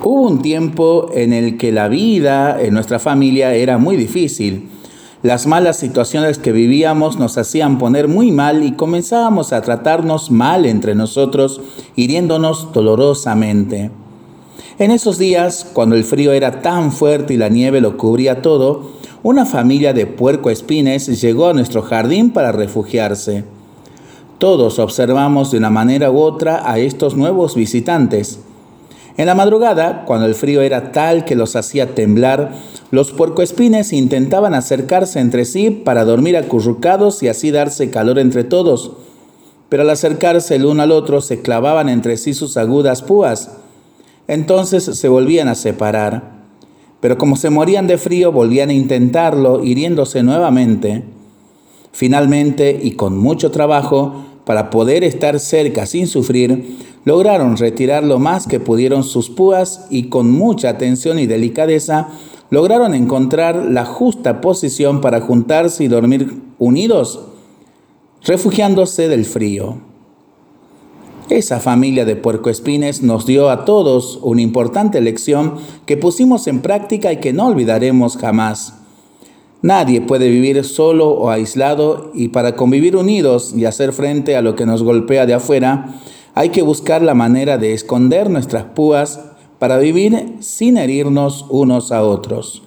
Hubo un tiempo en el que la vida en nuestra familia era muy difícil. Las malas situaciones que vivíamos nos hacían poner muy mal y comenzábamos a tratarnos mal entre nosotros, hiriéndonos dolorosamente. En esos días, cuando el frío era tan fuerte y la nieve lo cubría todo, una familia de puercoespines llegó a nuestro jardín para refugiarse. Todos observamos de una manera u otra a estos nuevos visitantes. En la madrugada, cuando el frío era tal que los hacía temblar, los puercoespines intentaban acercarse entre sí para dormir acurrucados y así darse calor entre todos. Pero al acercarse el uno al otro se clavaban entre sí sus agudas púas. Entonces se volvían a separar. Pero como se morían de frío, volvían a intentarlo, hiriéndose nuevamente. Finalmente, y con mucho trabajo, para poder estar cerca sin sufrir, lograron retirar lo más que pudieron sus púas y con mucha atención y delicadeza lograron encontrar la justa posición para juntarse y dormir unidos, refugiándose del frío. Esa familia de puercoespines nos dio a todos una importante lección que pusimos en práctica y que no olvidaremos jamás. Nadie puede vivir solo o aislado y para convivir unidos y hacer frente a lo que nos golpea de afuera, hay que buscar la manera de esconder nuestras púas para vivir sin herirnos unos a otros.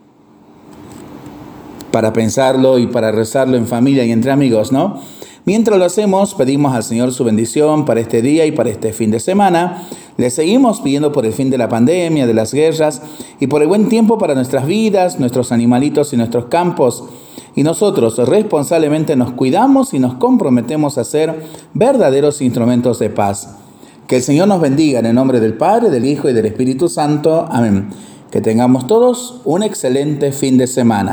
Para pensarlo y para rezarlo en familia y entre amigos, ¿no? Mientras lo hacemos, pedimos al Señor su bendición para este día y para este fin de semana. Le seguimos pidiendo por el fin de la pandemia, de las guerras y por el buen tiempo para nuestras vidas, nuestros animalitos y nuestros campos. Y nosotros responsablemente nos cuidamos y nos comprometemos a ser verdaderos instrumentos de paz. Que el Señor nos bendiga en el nombre del Padre, del Hijo y del Espíritu Santo. Amén. Que tengamos todos un excelente fin de semana.